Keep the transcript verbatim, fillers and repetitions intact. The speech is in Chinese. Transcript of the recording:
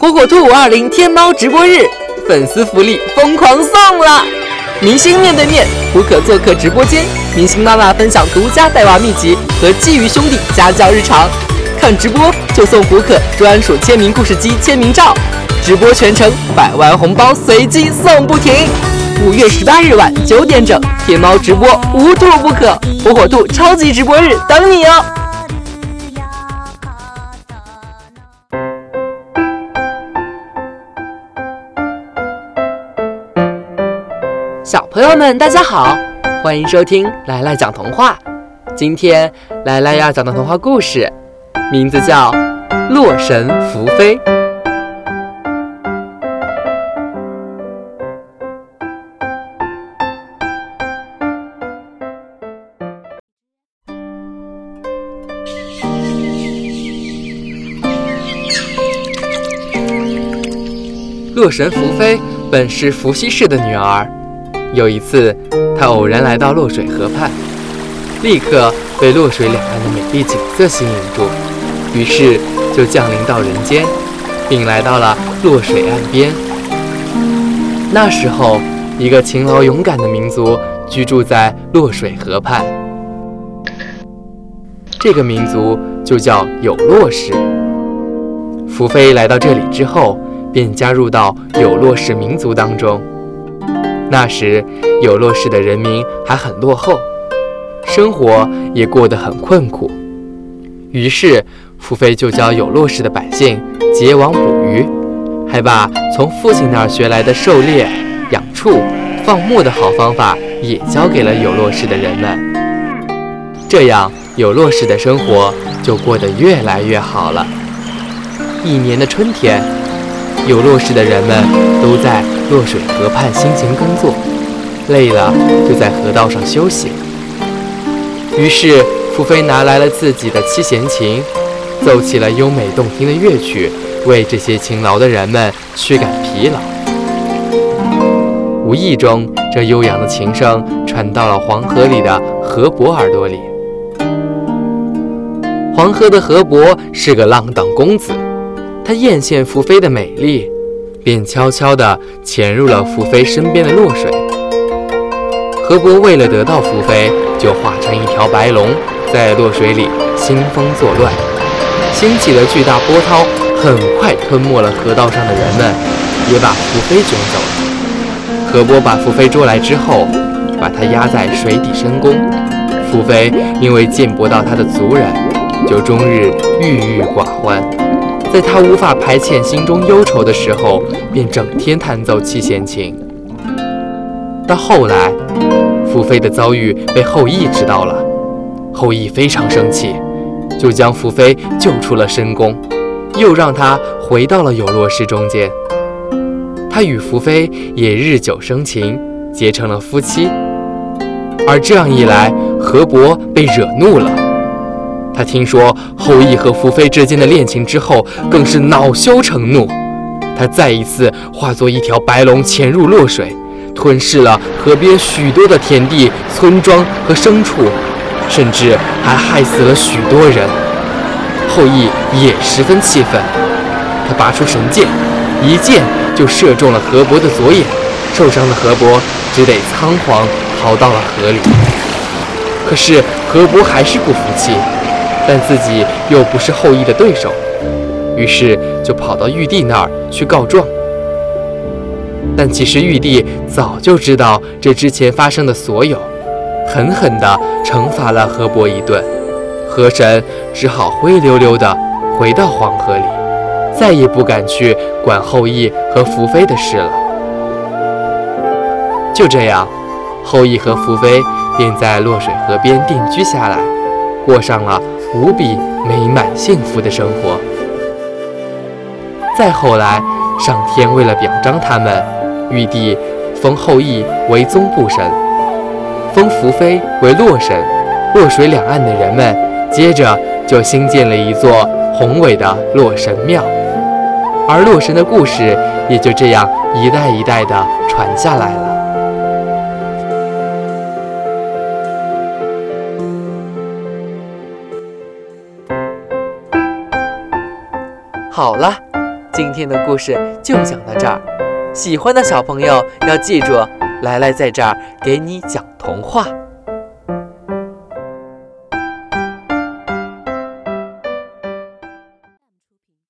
火火兔五二零天猫直播日，粉丝福利疯狂送了！明星面对面，胡可做客直播间，明星妈妈分享独家带娃秘籍和鲫鱼兄弟家教日常。看直播就送胡可专属签名故事机签名照，直播全程百万红包随机送不停。五月十八日晚九点整，天猫直播无兔不可，火火兔超级直播日等你哦！小朋友们，大家好，欢迎收听来来讲童话。今天来来要讲的童话故事，名字叫《洛神福妃》。洛神福妃本是伏羲氏的女儿。有一次，她偶然来到洛水河畔，立刻被洛水两岸的美丽景色吸引住，于是就降临到人间，并来到了洛水岸边。那时候，一个勤劳勇敢的民族居住在洛水河畔，这个民族就叫有洛氏。福妃来到这里之后，便加入到有洛氏民族当中。那时有洛氏的人民还很落后，生活也过得很困苦，于是福妃就教有洛氏的百姓结网捕鱼，还把从父亲那儿学来的狩猎、养畜、放牧的好方法也教给了有洛氏的人们。这样有洛氏的生活就过得越来越好了。一年的春天，有洛氏的人们都在洛水河畔辛勤耕作，累了就在河道上休息。于是福妃拿来了自己的七弦琴，奏起了优美动听的乐曲，为这些勤劳的人们驱赶疲劳。无意中，这悠扬的琴声传到了黄河里的河伯耳朵里。黄河的河伯是个浪荡公子，他艳羡福妃的美丽，便悄悄地潜入了福妃身边的洛水。河伯为了得到福妃，就化成一条白龙，在洛水里兴风作乱，兴起了巨大波涛，很快吞没了河道上的人们，也把福妃卷走了。河伯把福妃捉来之后，把她压在水底深宫。福妃因为见不到她的族人，就终日郁郁寡欢。在他无法排遣心中忧愁的时候，便整天弹奏七弦琴。到后来，福妃的遭遇被后羿知道了，后羿非常生气，就将福妃救出了深宫，又让她回到了有洛氏中间。他与福妃也日久生情，结成了夫妻。而这样一来，河伯被惹怒了。他听说后羿和福妃之间的恋情之后，更是恼羞成怒。他再一次化作一条白龙潜入洛水，吞噬了河边许多的田地、村庄和牲畜，甚至还害死了许多人。后羿也十分气愤，他拔出神箭，一箭就射中了河伯的左眼，受伤的河伯只得仓皇逃到了河里。可是河伯还是不服气，但自己又不是后羿的对手，于是就跑到玉帝那儿去告状。但其实玉帝早就知道这之前发生的所有，狠狠地惩罚了河伯一顿。河神只好灰溜溜地回到黄河里，再也不敢去管后羿和福妃的事了。就这样，后羿和福妃便在洛水河边定居下来，过上了无比美满幸福的生活。再后来，上天为了表彰他们，玉帝封后羿为宗部神，封福妃为洛神。洛水两岸的人们接着就兴建了一座宏伟的洛神庙，而洛神的故事也就这样一代一代的传下来了。好了， 今天的故事就讲到这儿。喜欢的小朋友要记住，来来在这儿给你讲童话。